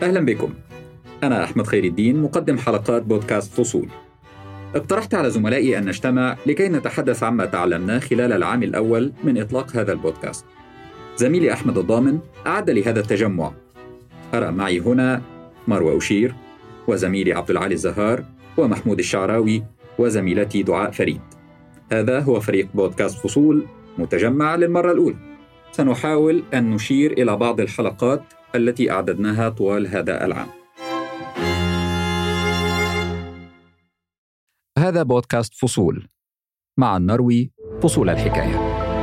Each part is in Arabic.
أهلا بكم. أنا أحمد خير الدين، مقدم حلقات بودكاست فصول. اقترحت على زملائي أن نجتمع لكي نتحدث عما تعلمناه خلال العام الأول من إطلاق هذا البودكاست. زميلي أحمد الضامن أعد لهذا التجمع. أرى معي هنا مروى أشير، وزميلي عبد العالي الزهار، ومحمود الشعراوي، وزميلتي دعاء فريد. هذا هو فريق بودكاست فصول متجمع للمرة الأولى. سنحاول أن نشير إلى بعض الحلقات التي أعددناها طوال هذا العام. هذا بودكاست فصول مع النروي فصول الحكاية.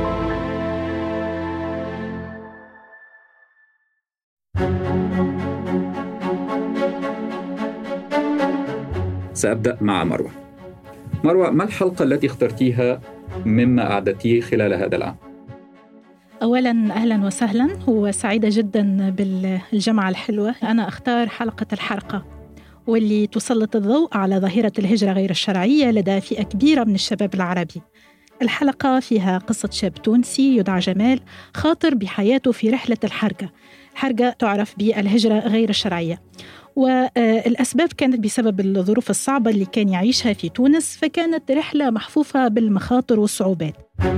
سأبدأ مع مروى. مروى، ما الحلقة التي اخترتيها مما أعددتيه خلال هذا العام؟ أولاً أهلاً وسهلاً، وسعيدة جداً بالجمعة الحلوة. أنا أختار حلقة الحرقة، واللي تسلط الضوء على ظاهرة الهجرة غير الشرعية لدى فئة كبيرة من الشباب العربي. الحلقة فيها قصة شاب تونسي يدعى جمال خاطر بحياته في رحلة الحرقة تعرف بالهجرة غير الشرعية، والأسباب كانت بسبب الظروف الصعبة اللي كان يعيشها في تونس، فكانت رحلة محفوفة بالمخاطر والصعوبات.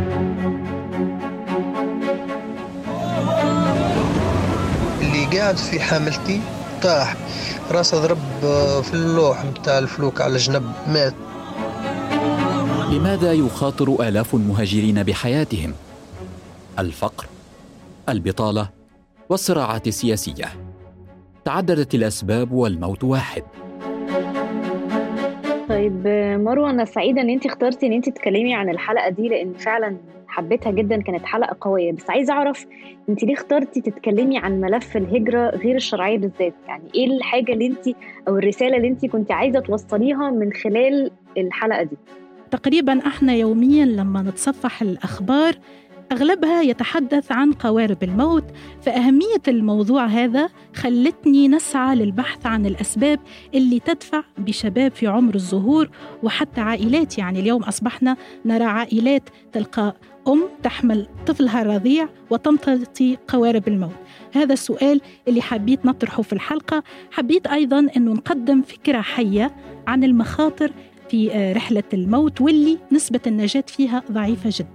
اللي قاعد في حاملتي طاح راسه ضرب في اللوح متاع الفلوك على جنب، مات. لماذا يخاطر آلاف المهاجرين بحياتهم؟ الفقر، البطالة، والصراعات السياسية. تعددت الأسباب والموت واحد. طيب مروة، أنا سعيدة أن أنت اخترتي أن أنت تتكلمي عن الحلقة دي، لأن فعلا حبيتها جدا، كانت حلقة قوية. بس عايزة أعرف أنت ليه اخترتي تتكلمي عن ملف الهجرة غير الشرعية بالذات؟ يعني إيه الحاجة اللي أنت أو الرسالة اللي أنت كنت عايزة توصليها من خلال الحلقة دي؟ تقريبا احنا يوميا لما نتصفح الأخبار أغلبها يتحدث عن قوارب الموت، فأهمية الموضوع هذا خلتني نسعى للبحث عن الأسباب اللي تدفع بشباب في عمر الزهور وحتى عائلات. يعني اليوم أصبحنا نرى عائلات تلقى أم تحمل طفلها الرضيع وتمتطي قوارب الموت. هذا السؤال اللي حبيت نطرحه في الحلقة. حبيت أيضاً أنه نقدم فكرة حية عن المخاطر في رحلة الموت واللي نسبة النجاة فيها ضعيفة جداً.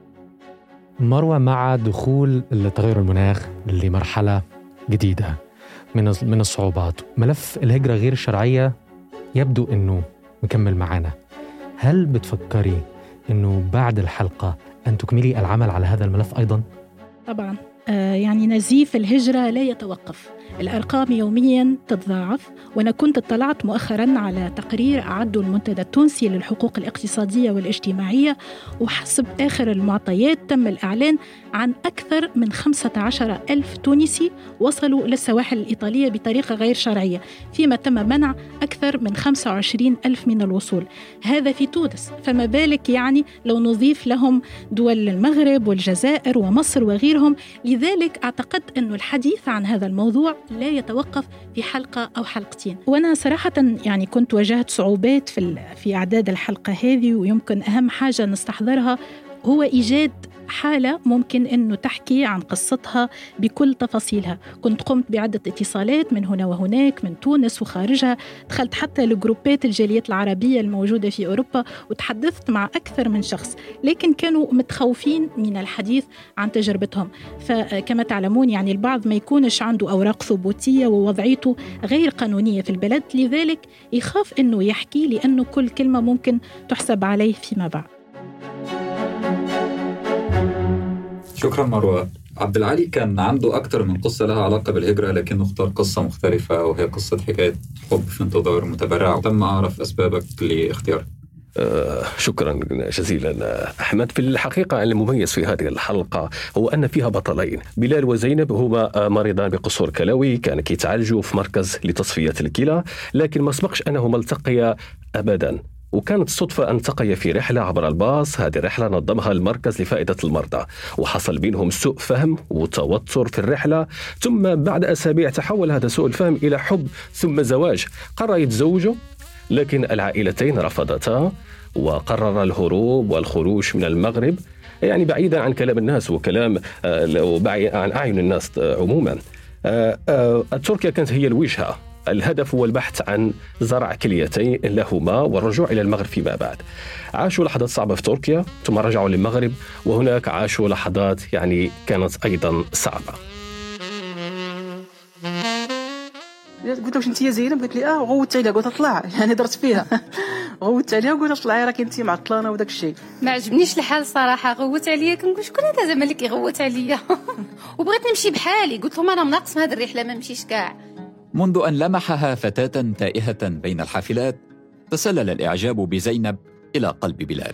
مروة، مع دخول التغير المناخ لمرحلة جديدة من الصعوبات، ملف الهجرة غير الشرعية يبدو أنه مكمل معنا. هل بتفكري أنه بعد الحلقة أن تكملي العمل على هذا الملف أيضاً؟ طبعاً، يعني نزيف الهجرة لا يتوقف، الأرقام يومياً تتضاعف. وأنا كنت اطلعت مؤخراً على تقرير أعده المنتدى التونسي للحقوق الاقتصادية والاجتماعية، وحسب آخر المعطيات تم الإعلان عن أكثر من 15,000 تونسي وصلوا للسواحل الإيطالية بطريقة غير شرعية، فيما تم منع أكثر من 25,000 من الوصول. هذا في تونس، فما بالك يعني لو نضيف لهم دول المغرب والجزائر ومصر وغيرهم. لذلك أعتقد أن الحديث عن هذا الموضوع لا يتوقف في حلقة أو حلقتين. وأنا صراحة يعني كنت واجهت صعوبات في إعداد الحلقة هذه، ويمكن أهم حاجة نستحضرها هو إيجاد حالة ممكن أنه تحكي عن قصتها بكل تفاصيلها. كنت قمت بعدة اتصالات من هنا وهناك، من تونس وخارجها، دخلت حتى لجروبات الجاليات العربية الموجودة في أوروبا وتحدثت مع أكثر من شخص، لكن كانوا متخوفين من الحديث عن تجربتهم. فكما تعلمون يعني البعض ما يكونش عنده أوراق ثبوتية ووضعيته غير قانونية في البلد، لذلك يخاف أنه يحكي لأنه كل كلمة ممكن تحسب عليه فيما بعد. شكرا مروى. عبد العالي كان عنده أكثر من قصة لها علاقة بالهجرة، لكنه اختار قصة مختلفة، وهي قصة حكاية حب في انتظار متبرع. تم أعرف أسبابك لاختيارك. شكرا جزيلا أحمد. في الحقيقة المميز في هذه الحلقة هو أن فيها بطلين، بلال وزينب، هما مريضان بقصور كلوي، كانوا يتعالجوا في مركز لتصفية الكلى، لكن ما سبقش أنهما التقيا أبدا. وكانت الصدفة أن التقيا في رحلة عبر الباص. هذه الرحلة نظمها المركز لفائدة المرضى، وحصل بينهم سوء فهم وتوتر في الرحلة، ثم بعد أسابيع تحول هذا سوء الفهم إلى حب ثم زواج. قرروا يتزوجوا، لكن العائلتين رفضتا، وقرر الهروب والخروج من المغرب، يعني بعيدا عن كلام الناس وكلام عن أعين الناس عموما. تركيا كانت هي الوجهة. الهدف هو البحث عن زرع كليتين لهما والرجوع إلى المغرب فيما بعد. عاشوا لحظات صعبة في تركيا ثم رجعوا للمغرب، وهناك عاشوا لحظات كانت أيضا صعبة. قلت له انت يا زينب؟ قلت لي غوت عليها. قلت اطلع، يعني درت فيها غوت عليها وقلت اطلعي راك انت معطلانه وداك الشيء. ما عجبنيش الحال صراحه. غوت عليا، كنقول شكون هذا زعما اللي كيغوت عليا وبغيت نمشي بحالي. قلت لهم انا مناقص من هذه الرحله، ما نمشيش كاع. منذ أن لمحها فتاة تائهة بين الحافلات تسلل الإعجاب بزينب إلى قلب بلال.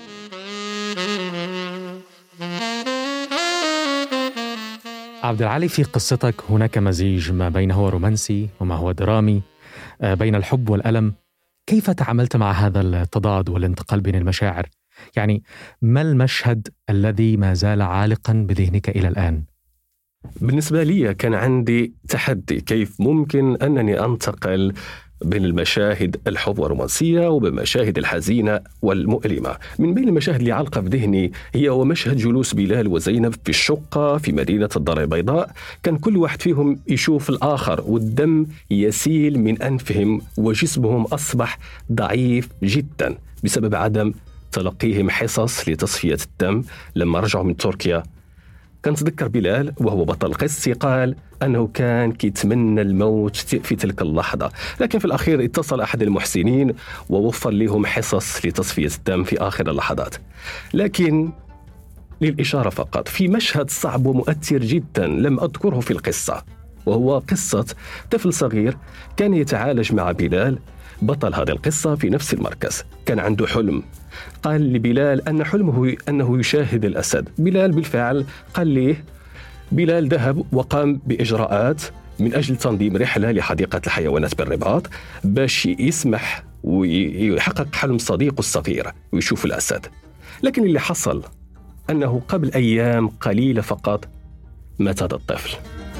عبد العالي، في قصتك هناك مزيج ما بين هو رومانسي وما هو درامي، بين الحب والألم. كيف تعاملت مع هذا التضاد والانتقال بين المشاعر؟ يعني ما المشهد الذي ما زال عالقا بذهنك إلى الآن؟ بالنسبة لي كان عندي تحدي، كيف ممكن أنني أنتقل بين المشاهد الحب والرومانسية وبالمشاهد الحزينة والمؤلمة. من بين المشاهد اللي علقة في ذهني هو مشهد جلوس بلال وزينب في الشقة في مدينة الدار البيضاء. كان كل واحد فيهم يشوف الآخر والدم يسيل من أنفهم، وجسمهم أصبح ضعيف جدا بسبب عدم تلقيهم حصص لتصفية الدم. لما رجعوا من تركيا كان تذكر بلال وهو بطل قصتي قال أنه كان كيتمنى الموت في تلك اللحظة، لكن في الأخير اتصل أحد المحسنين ووفر لهم حصص لتصفية الدم في آخر اللحظات. لكن للإشارة فقط في مشهد صعب ومؤثر جدا لم أذكره في القصة، وهو قصة طفل صغير كان يتعالج مع بلال بطل هذه القصة في نفس المركز. كان عنده حلم، قال لبلال أن حلمه أنه يشاهد الأسد. بلال بالفعل قال ليه. بلال ذهب وقام بإجراءات من أجل تنظيم رحلة لحديقة الحيوانات بالرباط باش يسمح ويحقق حلم صديقه الصغير ويشوف الأسد. لكن اللي حصل أنه قبل أيام قليلة فقط مات هذا الطفل.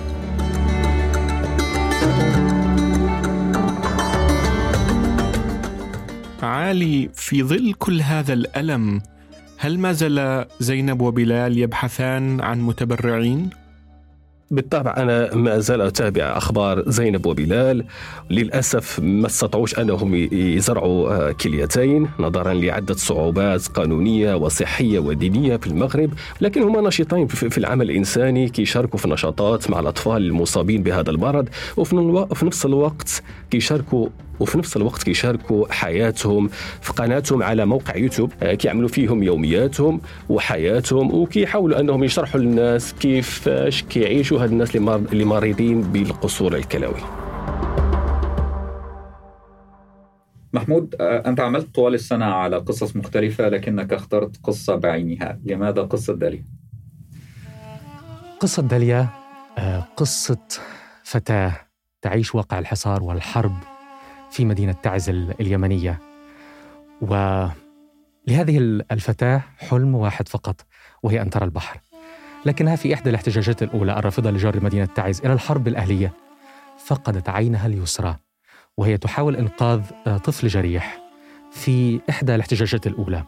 عالي، في ظل كل هذا الألم هل ما زال زينب وبلال يبحثان عن متبرعين؟ بالطبع أنا ما زال أتابع أخبار زينب وبلال. للأسف ما استطاعوش أنهم يزرعوا كليتين نظرا لعدة صعوبات قانونية وصحية ودينية في المغرب، لكن هم نشيطين في العمل الإنساني، كيشاركوا في نشاطات مع الأطفال المصابين بهذا المرض، وفي نفس الوقت كيشاركوا حياتهم في قناتهم على موقع يوتيوب، كيعملوا فيهم يومياتهم وحياتهم، وكيحاولوا أنهم يشرحوا للناس كيفاش كيعيشوا هاد الناس اللي مريضين بالقصور الكلوي. محمود، أنت عملت طوال السنة على قصص مختلفة لكنك اخترت قصة بعينها. لماذا قصة داليا؟ قصة داليا قصة فتاة تعيش واقع الحصار والحرب في مدينة تعز اليمنية، ولهذه الفتاة حلم واحد فقط وهي أن ترى البحر. لكنها في إحدى الاحتجاجات الأولى الرافضة لجر مدينة تعز إلى الحرب الأهلية فقدت عينها اليسرى وهي تحاول إنقاذ طفل جريح في إحدى الاحتجاجات الأولى.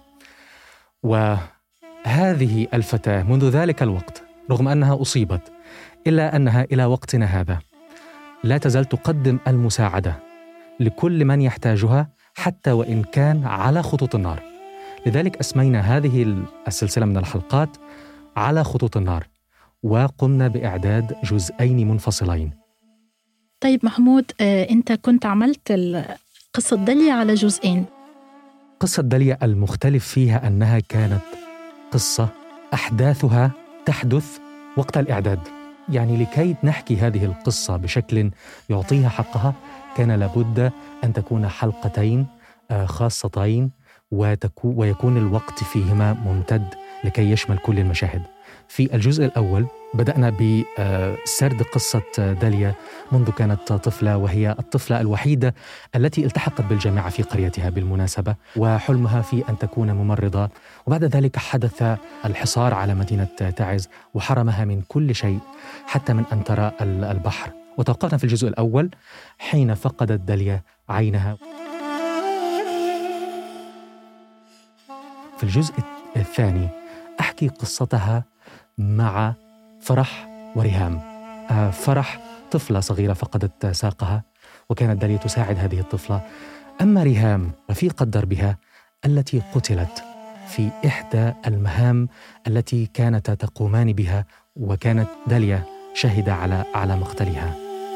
وهذه الفتاة منذ ذلك الوقت رغم أنها أصيبت إلا أنها إلى وقتنا هذا لا تزال تقدم المساعدة لكل من يحتاجها حتى وإن كان على خطوط النار. لذلك أسمينا هذه السلسلة من الحلقات على خطوط النار، وقمنا بإعداد جزئين منفصلين. طيب محمود، أنت كنت عملت قصة داليا على جزئين. قصة داليا المختلف فيها أنها كانت قصة أحداثها تحدث وقت الإعداد، يعني لكي نحكي هذه القصة بشكل يعطيها حقها كان لابد أن تكون حلقتين خاصتين ويكون الوقت فيهما ممتد لكي يشمل كل المشاهد. في الجزء الأول بدأنا بسرد قصة داليا منذ كانت طفلة، وهي الطفلة الوحيدة التي التحقت بالجامعة في قريتها بالمناسبة، وحلمها في أن تكون ممرضة. وبعد ذلك حدث الحصار على مدينة تعز وحرمها من كل شيء حتى من أن ترى البحر. وتوقفنا في الجزء الأول حين فقدت داليا عينها. في الجزء الثاني أحكي قصتها مع فرح وريهام، فرح طفلة صغيرة فقدت ساقها، وكانت داليا تساعد هذه الطفلة. أما ريهام رفيقة دربها التي قتلت في إحدى المهام التي كانت تقومان بها، وكانت داليا شهد على مقتلها.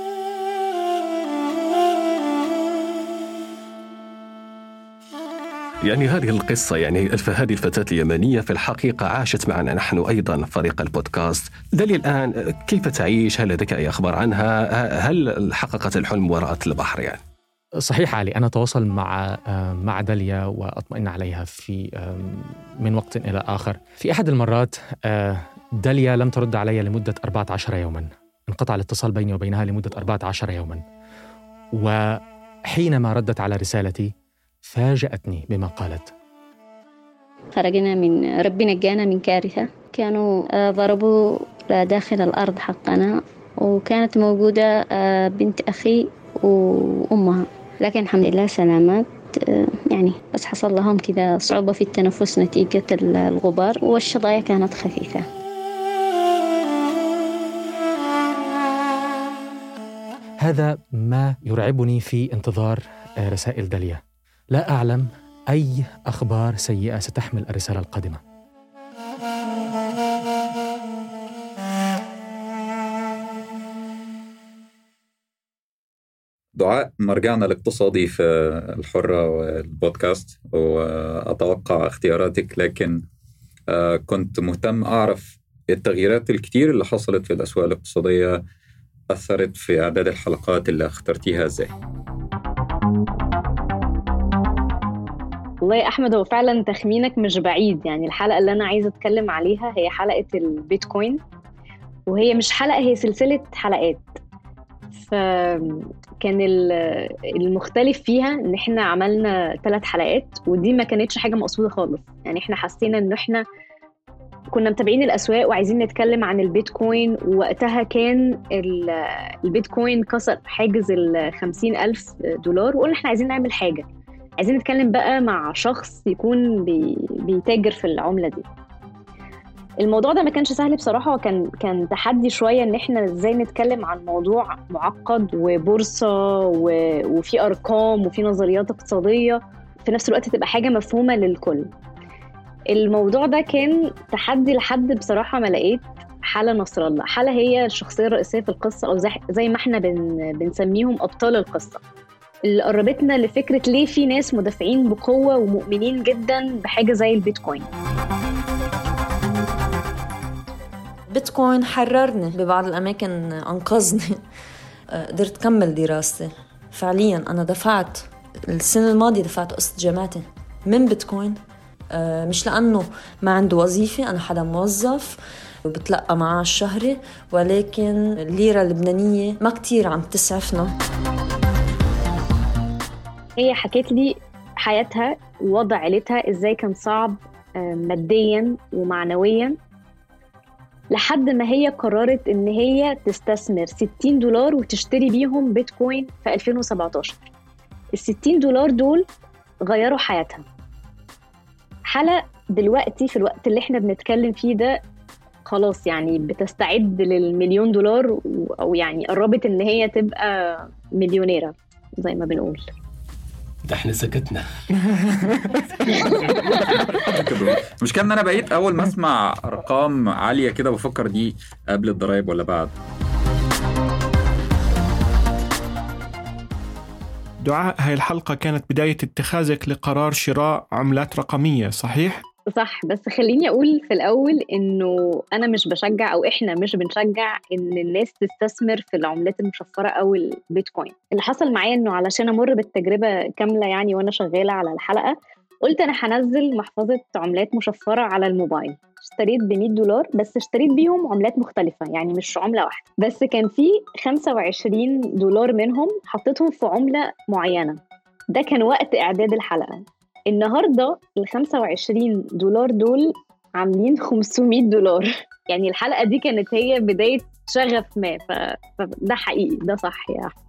يعني هذه القصة، يعني هذه الفتاة اليمنية في الحقيقة عاشت معنا نحن أيضا فريق البودكاست. داليا الآن كيف تعيش؟ هل لديك أي أخبار عنها؟ هل حققت الحلم وراءت البحر يعني؟ صحيح علي، أنا أتواصل مع داليا وأطمئن عليها من وقت إلى آخر. في أحد المرات داليا لم ترد علي لمدة 14 يوما، انقطع الاتصال بيني وبينها لمدة 14 يوما، وحينما ردت على رسالتي فاجأتني بما قالت: خرجنا من ربنا نجانا من كارثة، كانوا ضربوا داخل الأرض حقنا، وكانت موجودة بنت أخي وأمها، لكن الحمد لله سلامات. يعني بس حصل لهم كذا صعوبة في التنفس نتيجة الغبار، والشظايا كانت خفيفة. هذا ما يرعبني في انتظار رسائل داليا. لا أعلم أي أخبار سيئة ستحمل الرسالة القادمة. دعاء، مرجعنا الاقتصادي في الحرة والبودكاست، وأتوقع اختياراتك، لكن كنت مهتم أعرف التغييرات الكتير اللي حصلت في الأسواق الاقتصادية أثرت في إعداد الحلقات اللي اخترتيها إزاي؟ والله يا أحمد، هو فعلا تخمينك مش بعيد. يعني الحلقة اللي أنا عايزة أتكلم عليها هي حلقة البيتكوين، وهي مش حلقة، هي سلسلة حلقات. فكان المختلف فيها إن إحنا عملنا 3 حلقات، ودي ما كانتش حاجة مقصودة خالص. يعني إحنا حسينا إنه إحنا كنا متابعين الأسواق وعايزين نتكلم عن البيتكوين، ووقتها كان البيتكوين كسر حاجز $50,000، وقلنا إحنا عايزين نعمل حاجة، عايزين نتكلم بقى مع شخص يكون بيتاجر في العملة دي. الموضوع ده ما كانش سهل بصراحة، وكان تحدي شوية إن إحنا إزاي نتكلم عن موضوع معقد وبورصة وفي أرقام وفي نظريات اقتصادية في نفس الوقت تبقى حاجة مفهومة للكل. الموضوع ده كان تحدي لحد بصراحة ما لقيت حالة نصر الله. حالة هي الشخصية الرئيسية في القصة، أو زي ما إحنا بنسميهم أبطال القصة، اللي قربتنا لفكرة ليه في ناس مدافعين بقوة ومؤمنين جدا بحاجة زي البيتكوين. بيتكوين حررني ببعض الأماكن، أنقذني. قدرت أكمل دراستي فعليا. أنا دفعت السنة الماضية دفعت قسط جامعتي من بيتكوين، مش لأنه ما عنده وظيفة، أنا حدا موظف وبتلقى معاه الشهري، ولكن الليرة اللبنانية ما كتير عم تسعفنا. هي حكيت لي حياتها ووضع عيلتها إزاي كان صعب ماديا ومعنويا، لحد ما هي قررت إن هي تستثمر $60 وتشتري بيهم بيتكوين في 2017. $60 دول غيروا حياتها. حالة دلوقتي في الوقت اللي احنا بنتكلم فيه ده خلاص يعني بتستعد $1,000,000، أو يعني قربت إن هي تبقى مليونيرة زي ما بنقول. ده احنا سكتنا. مش كان انا بقيت اول ما اسمع ارقام عاليه كده بفكر دي قبل الضرائب ولا بعد. دعاء، هاي الحلقه كانت بدايه اتخاذك لقرار شراء عملات رقميه، صحيح؟ صح، بس خليني أقول في الأول إنه أنا مش بشجع، أو إحنا مش بنشجع إن الناس تستثمر في العملات المشفرة أو البيتكوين. اللي حصل معايا إنه علشان أمر بالتجربة كاملة يعني وأنا شغالة على الحلقة، قلت أنا هنزل محفظة عملات مشفرة على الموبايل. اشتريت $100 بس، اشتريت بيهم عملات مختلفة يعني مش عملة واحدة بس. كان في $25 منهم حطيتهم في عملة معينة. ده كان وقت إعداد الحلقة. النهاردة $25 دول عاملين $500. يعني الحلقة دي كانت هي بداية شغف ما، فده حقيقي، ده صح يا أحمد.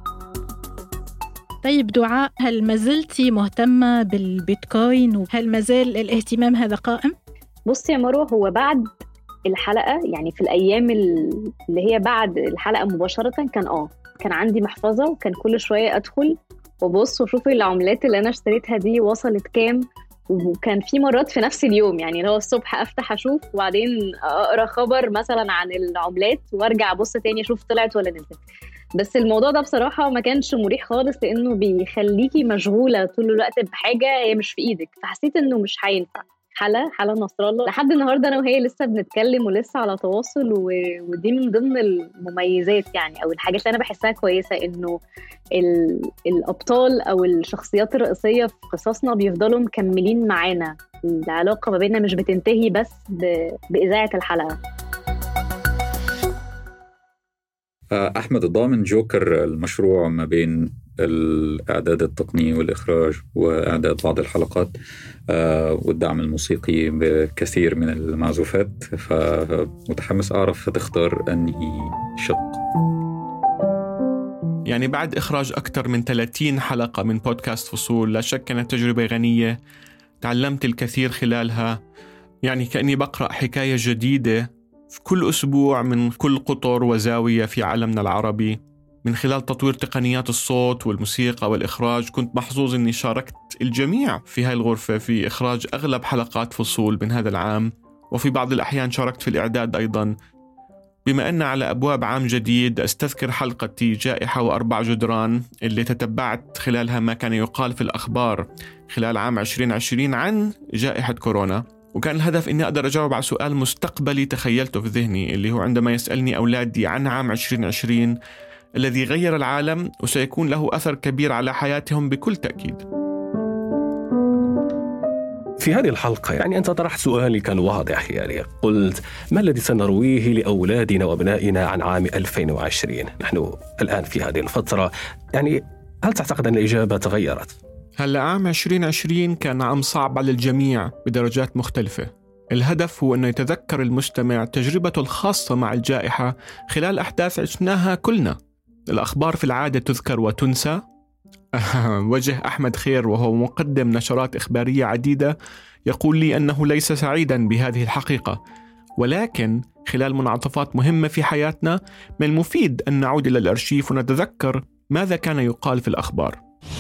طيب دعاء، هل ما زلتي مهتمة بالبيتكوين، وهل ما زال الاهتمام هذا قائم؟ بصي يا مروة، هو بعد الحلقة، يعني في الأيام اللي هي بعد الحلقة مباشرة، كان عندي محفظة، وكان كل شوية أدخل وبص وشوف العملات اللي أنا اشتريتها دي وصلت كام. وكان في مرات في نفس اليوم، يعني لو الصبح أفتح أشوف وبعدين أقرأ خبر مثلا عن العملات وارجع أبص تاني أشوف طلعت ولا نزلت. بس الموضوع ده بصراحة ما كانش مريح خالص، لأنه بيخليكي مشغولة طول الوقت بحاجة هي مش في إيدك، فحسيت إنه مش هينفع. حالة نصر الله لحد النهاردة أنا وهي لسه بنتكلم ولسه على تواصل، ودي من ضمن المميزات يعني، أو الحاجات اللي أنا بحسها كويسة، إنه الأبطال أو الشخصيات الرئيسية في قصصنا بيفضلوا مكملين معانا، العلاقة ما بيننا مش بتنتهي بس بإذاعة الحلقة. أحمد الضامن جوكر المشروع ما بين الإعداد التقني والإخراج وإعداد بعض الحلقات والدعم الموسيقي بكثير من المعزوفات، فمتحمس أعرف هتختار أنهي شق. يعني بعد إخراج أكثر من 30 حلقة من بودكاست فصول، لا شك أنها تجربة غنية، تعلمت الكثير خلالها. يعني كأني بقرأ حكاية جديدة في كل أسبوع من كل قطر وزاوية في عالمنا العربي. من خلال تطوير تقنيات الصوت والموسيقى والإخراج كنت محظوظ أني شاركت الجميع في هاي الغرفة في إخراج أغلب حلقات فصول من هذا العام، وفي بعض الأحيان شاركت في الإعداد أيضا. بما أن على أبواب عام جديد، أستذكر حلقتي جائحة وأربع جدران اللي تتبعت خلالها ما كان يقال في الأخبار خلال عام 2020 عن جائحة كورونا. وكان الهدف إني أقدر أجاوب على سؤال مستقبلي تخيلته في ذهني، اللي هو عندما يسألني أولادي عن عام 2020 الذي غير العالم وسيكون له أثر كبير على حياتهم بكل تأكيد. في هذه الحلقة يعني أنت طرحت سؤالي كان واضح، يعني قلت ما الذي سنرويه لأولادنا وأبنائنا عن عام 2020؟ نحن الآن في هذه الفترة، يعني هل تعتقد أن الإجابة تغيرت؟ هلأ عام 2020 كان عام صعب على الجميع بدرجات مختلفة. الهدف هو أنه يتذكر المستمع تجربته الخاصة مع الجائحة خلال أحداث عشناها كلنا. الأخبار في العادة تذكر وتنسى. وجه أحمد خير وهو مقدم نشرات إخبارية عديدة يقول لي أنه ليس سعيدا بهذه الحقيقة، ولكن خلال منعطفات مهمة في حياتنا من المفيد أن نعود إلى الأرشيف ونتذكر ماذا كان يقال في الأخبار.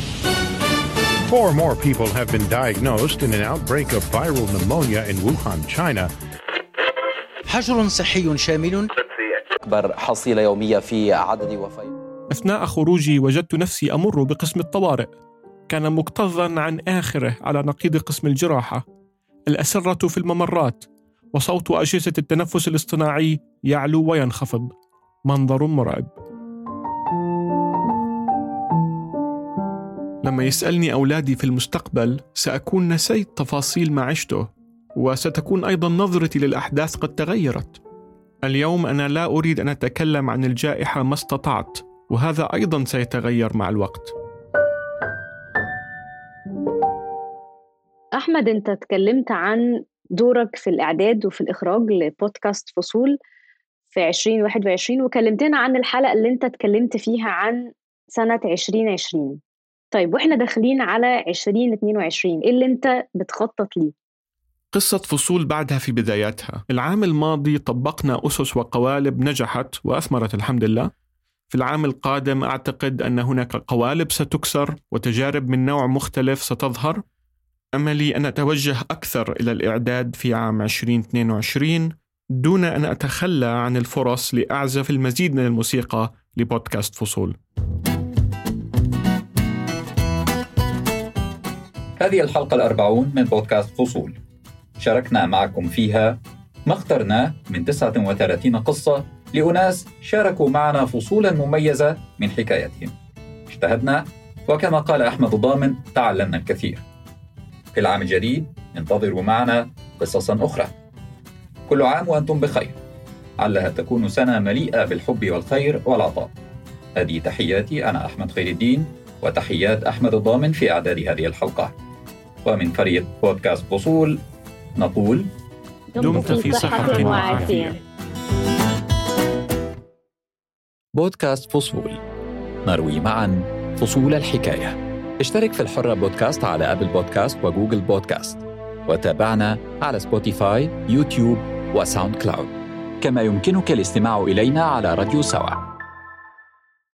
4 more people have been diagnosed in an outbreak of viral pneumonia in Wuhan, China. حجر صحي شامل أكبر حصيلة يومية في عدد وفيات. أثناء خروجي وجدت نفسي أمر بقسم الطوارئ، كان مكتظا عن آخره على نقيض قسم الجراحة. الأسرة في الممرات وصوت أجهزة التنفس الاصطناعي يعلو وينخفض. منظر مرعب. لما يسألني أولادي في المستقبل سأكون نسيت تفاصيل ما عشته، وستكون أيضا نظرتي للأحداث قد تغيرت. اليوم أنا لا أريد أن أتكلم عن الجائحة ما استطعت، وهذا أيضا سيتغير مع الوقت. أحمد، أنت تكلمت عن دورك في الإعداد وفي الإخراج لبودكاست فصول في 2021، وكلمتنا عن الحلقة اللي أنت تكلمت فيها عن سنة 2020. طيب وإحنا داخلين على 2022، إيه اللي أنت بتخطط ليه؟ قصة فصول بعدها في بداياتها. العام الماضي طبقنا أسس وقوالب نجحت وأثمرت الحمد لله. في العام القادم أعتقد أن هناك قوالب ستكسر وتجارب من نوع مختلف ستظهر. أملي أن أتوجه أكثر إلى الإعداد في عام 2022 دون أن أتخلى عن الفرص لأعزف المزيد من الموسيقى لبودكاست فصول. هذه الحلقة 40 من بودكاست فصول، شاركنا معكم فيها ما اخترناه من 39 قصة لأناس شاركوا معنا فصولا مميزة من حكايتهم. اجتهدنا، وكما قال أحمد الضامن تعلمنا الكثير. في العام الجديد انتظروا معنا قصصا أخرى. كل عام وأنتم بخير، علها تكون سنة مليئة بالحب والخير والعطاء. هذه تحياتي أنا أحمد خير الدين، وتحيات أحمد الضامن في إعداد هذه الحلقة. ومن فريق بودكاست فصول نقول دمت في صحة وعافية. بودكاست فصول، نروي معا فصول الحكاية. اشترك في الحرة بودكاست على أبل بودكاست وجوجل بودكاست، وتابعنا على سبوتيفاي، يوتيوب وساوند كلاود. كما يمكنك الاستماع إلينا على راديو سوا.